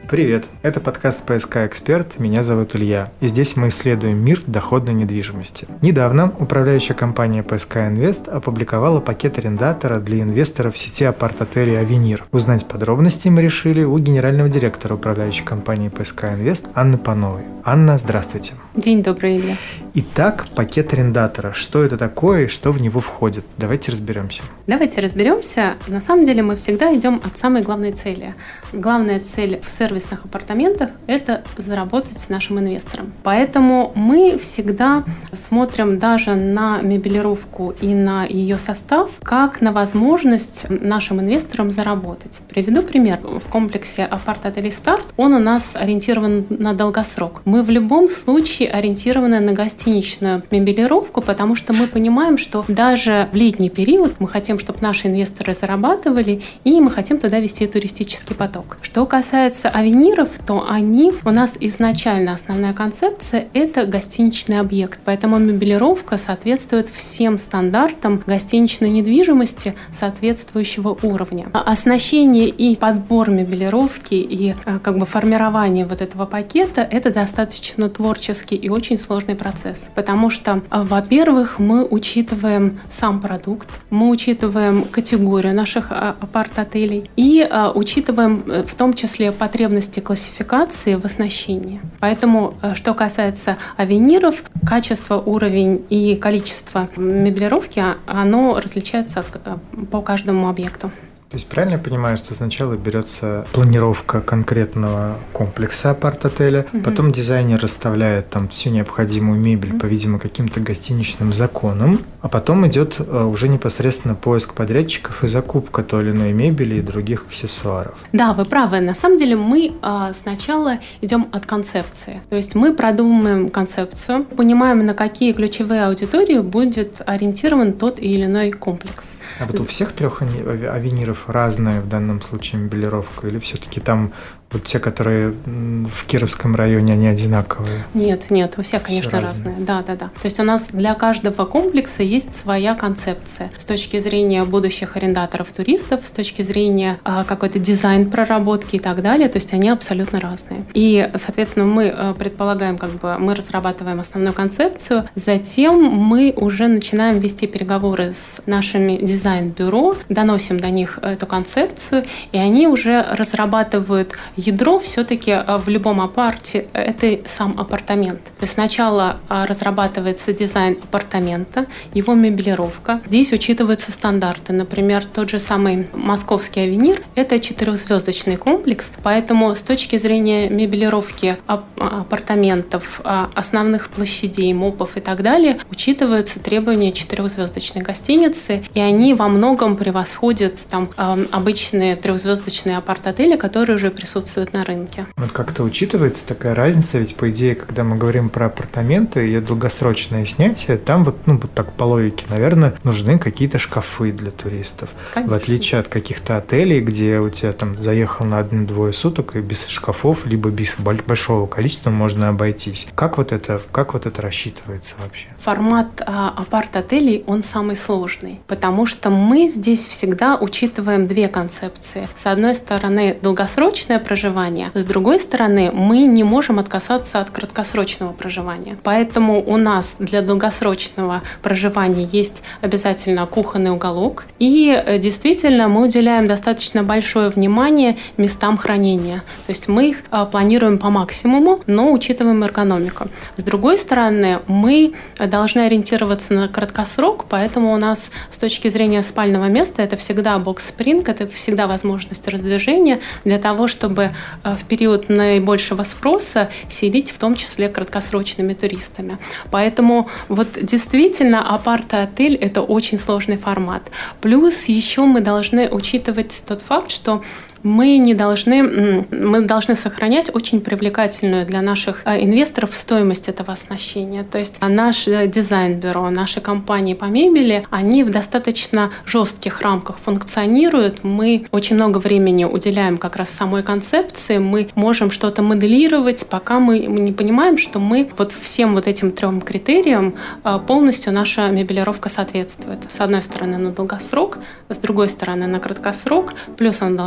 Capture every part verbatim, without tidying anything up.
Привет, это подкаст пэ эс ка Эксперт, меня зовут Илья, и здесь мы исследуем мир доходной недвижимости. Недавно управляющая компания пэ эс ка Инвест опубликовала пакет арендатора для инвесторов сети апарт-отелей Авенир. Узнать подробности мы решили у генерального директора управляющей компании пэ эс ка Инвест Анны Пановой. Анна, здравствуйте. День добрый, Илья. Итак, пакет арендатора. Что это такое и что в него входит? Давайте разберемся. Давайте разберемся. На самом деле мы всегда идем от самой главной цели. Главная цель в сервисных апартаментах – это заработать нашим инвесторам. Поэтому мы всегда смотрим даже на мебелировку и на ее состав как на возможность нашим инвесторам заработать. Приведу пример. В комплексе апарт-отелей «Старт» он у нас ориентирован на долгосрок. Мы в любом случае ориентированы на гостиницу, гостиничную мебелировку, потому что мы понимаем, что даже в летний период мы хотим, чтобы наши инвесторы зарабатывали, и мы хотим туда вести туристический поток. Что касается авениров, то они у нас изначально основная концепция – это гостиничный объект, поэтому мебелировка соответствует всем стандартам гостиничной недвижимости соответствующего уровня. Оснащение и подбор мебелировки и как бы формирование вот этого пакета – это достаточно творческий и очень сложный процесс. Потому что, во-первых, мы учитываем сам продукт, мы учитываем категорию наших апарт-отелей и а, учитываем в том числе потребности классификации в оснащении. Поэтому, что касается авениров, качество, уровень и количество мебелировки, оно различается от, по каждому объекту. То есть правильно я понимаю, что сначала берется планировка конкретного комплекса апарт-отеля, угу. потом дизайнер расставляет там всю необходимую мебель угу. по, видимо, каким-то гостиничным законам, а потом идет уже непосредственно поиск подрядчиков и закупка той или иной мебели и других аксессуаров. Да, вы правы. На самом деле мы а, сначала идем от концепции. То есть мы продумываем концепцию, понимаем, на какие ключевые аудитории будет ориентирован тот или иной комплекс. А вот у всех трех авениров разная в данном случае мебелировка, или все-таки там вот те, которые в Кировском районе, они одинаковые? Нет, нет, у всех, конечно, Все разные. разные. Да, да, да. То есть у нас для каждого комплекса есть своя концепция с точки зрения будущих арендаторов, туристов, с точки зрения а, какой-то дизайн проработки и так далее. То есть они абсолютно разные. И, соответственно, мы а, предполагаем, как бы мы разрабатываем основную концепцию, затем мы уже начинаем вести переговоры с нашими дизайн-бюро, доносим до них эту концепцию, и они уже разрабатывают ядро все-таки в любом апарте – это сам апартамент. То есть сначала разрабатывается дизайн апартамента, его мебелировка. Здесь учитываются стандарты. Например, тот же самый московский авенир – это четырехзвездочный комплекс, поэтому с точки зрения мебелировки апартаментов, основных площадей, мопов и так далее, учитываются требования четырехзвездочной гостиницы, и они во многом превосходят там, обычные трехзвездочные апарт-отели, которые уже присутствуют на рынке. Вот как-то учитывается такая разница, ведь по идее, когда мы говорим про апартаменты и долгосрочное снятие, там вот, ну, вот так по логике, наверное, нужны какие-то шкафы для туристов. Конечно. В отличие от каких-то отелей, где у тебя там заехал на одну-двое суток и без шкафов, либо без большого количества можно обойтись. Как вот это, как вот это рассчитывается вообще? Формат а, апарт-отелей, он самый сложный, потому что мы здесь всегда учитываем две концепции. С одной стороны, долгосрочное проживание, с другой стороны, мы не можем отказаться от краткосрочного проживания. Поэтому у нас для долгосрочного проживания есть обязательно кухонный уголок, и действительно мы уделяем достаточно большое внимание местам хранения. То есть мы их а, планируем по максимуму, но учитываем эргономику. С другой стороны, мы должны ориентироваться на краткосрок, поэтому у нас с точки зрения спального места это всегда бокс-спринг, это всегда возможность раздвижения для того, чтобы в период наибольшего спроса селить в том числе краткосрочными туристами. Поэтому вот действительно апарт-отель – это очень сложный формат. Плюс еще мы должны учитывать тот факт, что мы не должны, мы должны сохранять очень привлекательную для наших инвесторов стоимость этого оснащения. То есть наш дизайн-бюро, наши компании по мебели, они в достаточно жестких рамках функционируют. Мы очень много времени уделяем как раз самой концепции. Мы можем что-то моделировать, пока мы не понимаем, что мы вот всем вот этим трем критериям полностью наша мебелировка соответствует. С одной стороны, на долгосрок, с другой стороны, на краткосрок, плюс она должна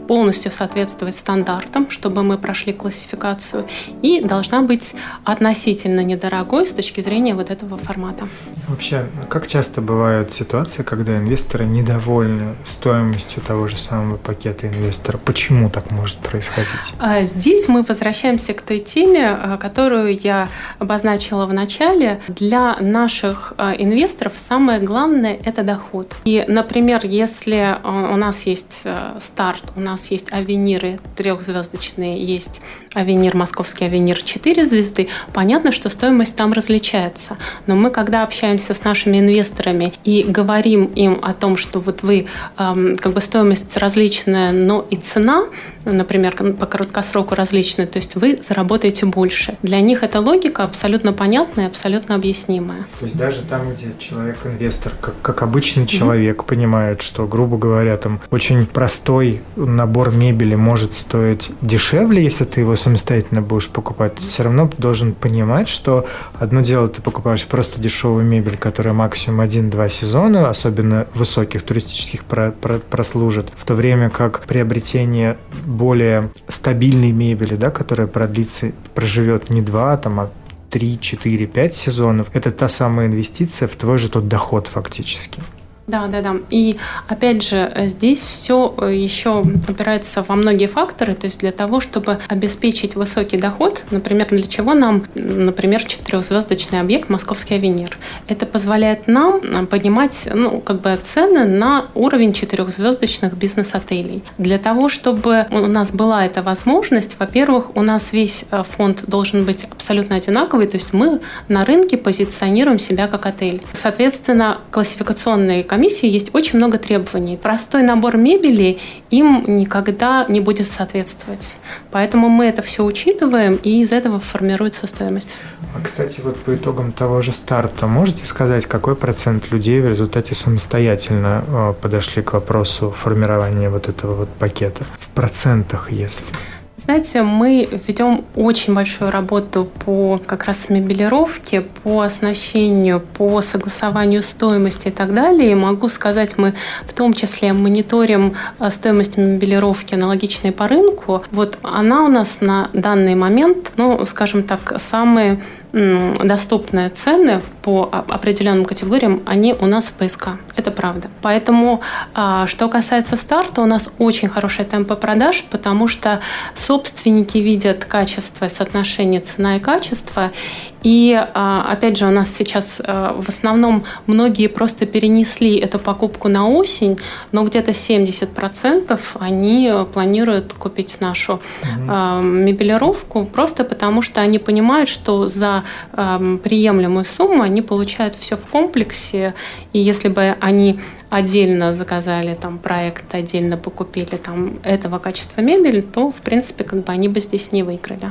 полностью соответствовать стандартам, чтобы мы прошли классификацию, и должна быть относительно недорогой с точки зрения вот этого формата. Вообще, как часто бывают ситуации, когда инвесторы недовольны стоимостью того же самого пакета инвестора? Почему так может происходить? Здесь мы возвращаемся к той теме, которую я обозначила в начале. Для наших инвесторов самое главное – это доход. И, например, если у нас есть старт, у нас есть авениры трехзвездочные, есть авенир, московский авенир четыре звезды, понятно, что стоимость там различается. Но мы, когда общаемся с нашими инвесторами и говорим им о том, что вот вы, как бы стоимость различная, но и цена, например, по краткосроку различная, то есть вы заработаете больше. Для них эта логика абсолютно понятная и абсолютно объяснимая. То есть даже там, где человек-инвестор, как, как обычный человек, mm-hmm. понимает, что, грубо говоря, там очень простой набор мебели может стоить дешевле, если ты его самостоятельно будешь покупать, ты все равно должен понимать, что одно дело ты покупаешь просто дешевую мебель, которая максимум один-два сезона, особенно высоких туристических про- про- прослужит, в то время как приобретение более стабильной мебели, да, которая продлится, проживет не два, там, а три, четыре, пять сезонов, это та самая инвестиция в твой же тот доход фактически. Да, да, да. И опять же, здесь все еще опирается во многие факторы. То есть для того, чтобы обеспечить высокий доход, например, для чего нам, например, четырехзвездочный объект «Московский авенир». Это позволяет нам поднимать, ну, как бы цены на уровень четырехзвездочных бизнес-отелей. Для того, чтобы у нас была эта возможность, во-первых, у нас весь фонд должен быть абсолютно одинаковый. То есть мы на рынке позиционируем себя как отель. Соответственно, классификационные комиссии есть очень много требований. Простой набор мебели им никогда не будет соответствовать. Поэтому мы это все учитываем, и из этого формируется стоимость. А, кстати, вот по итогам того же старта, можете сказать, какой процент людей в результате самостоятельно э, подошли к вопросу формирования вот этого вот пакета? В процентах, если... Знаете, мы ведем очень большую работу по как раз мебелировке, по оснащению, по согласованию стоимости и так далее. И могу сказать, мы в том числе мониторим стоимость мебелировки, аналогичной по рынку. Вот она у нас на данный момент, ну, скажем так, самые доступные цены по определенным категориям, они у нас в ПСК. Это правда. Поэтому, что касается старта, у нас очень хорошие темпы продаж, потому что собственники видят качество, соотношение цена и качество. И, опять же, у нас сейчас в основном многие просто перенесли эту покупку на осень, но где-то семьдесят процентов они планируют купить нашу угу. мебелировку, просто потому что они понимают, что за приемлемую сумму они получают все в комплексе, и если бы они отдельно заказали там проект, отдельно покупили там этого качества мебели, то, в принципе, как бы они бы здесь не выиграли.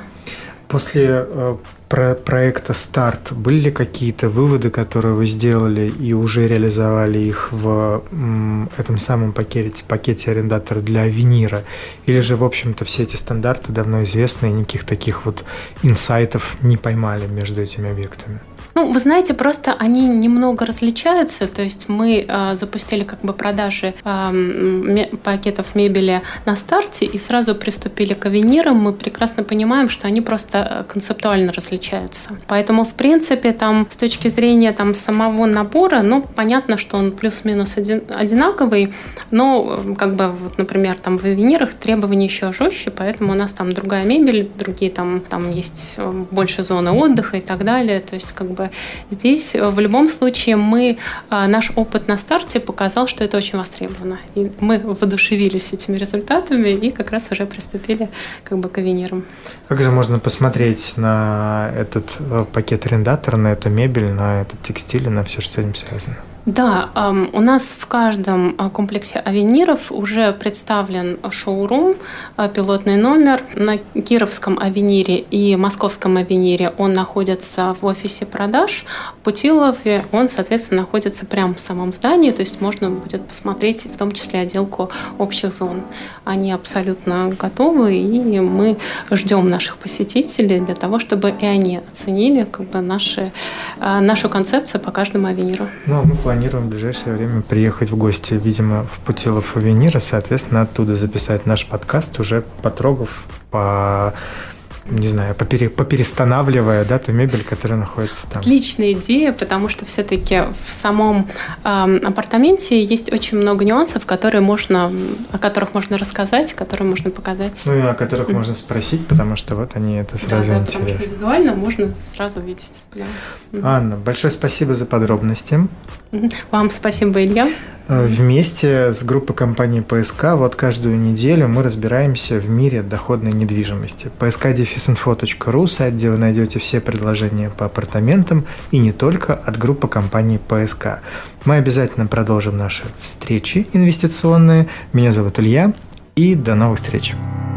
После э, про- проекта «Старт» были ли какие-то выводы, которые вы сделали и уже реализовали их в м, этом самом пакете, пакете арендатора для авенира? Или же, в общем-то, все эти стандарты давно известны, и никаких таких вот инсайтов не поймали между этими объектами? Ну, вы знаете, просто они немного различаются. То есть мы э, запустили как бы продажи э, ме- пакетов мебели на старте и сразу приступили к авенирам. Мы прекрасно понимаем, что они просто концептуально различаются. Поэтому, в принципе, там с точки зрения там, самого набора, ну, понятно, что он плюс-минус один, одинаковый, но, как бы, вот, например, там в авенирах требования еще жестче, поэтому у нас там другая мебель, другие там, там есть больше зоны отдыха и так далее. То есть, как бы, здесь в любом случае мы, наш опыт на старте показал, что это очень востребовано. И мы воодушевились этими результатами и как раз уже приступили как бы к авенирам. Как же можно посмотреть на этот пакет арендатора, на эту мебель, на этот текстиль, на все, что с этим связано? Да, э, у нас в каждом комплексе авениров уже представлен шоурум, э, пилотный номер. На Кировском авенире и Московском авенире он находится в офисе продаж. В Путилове он, соответственно, находится прямо в самом здании, то есть можно будет посмотреть в том числе отделку общих зон. Они абсолютно готовы, и мы ждем наших посетителей для того, чтобы и они оценили как бы, наши, э, нашу концепцию по каждому авениру. Ну, мы планируем в ближайшее время приехать в гости, видимо, в Путилов Авенир, и, соответственно, оттуда записать наш подкаст, уже потрогав, по... не знаю, попере, поперестанавливая, да, ту мебель, которая находится там. Отличная идея, потому что все-таки в самом э, апартаменте есть очень много нюансов, которые можно, о которых можно рассказать, которые можно показать. Ну и о которых mm. можно спросить, потому что вот они, это сразу да, да, интересно. Потому что визуально можно сразу видеть. Да. Анна, большое спасибо за подробности. Вам спасибо, Илья. Вместе с группой компании ПСК вот каждую неделю мы разбираемся в мире доходной недвижимости. пэ эс ка дефис инфо точка ру, сайт, где вы найдете все предложения по апартаментам и не только от группы компании ПСК. Мы обязательно продолжим наши встречи инвестиционные. Меня зовут Илья, и до новых встреч.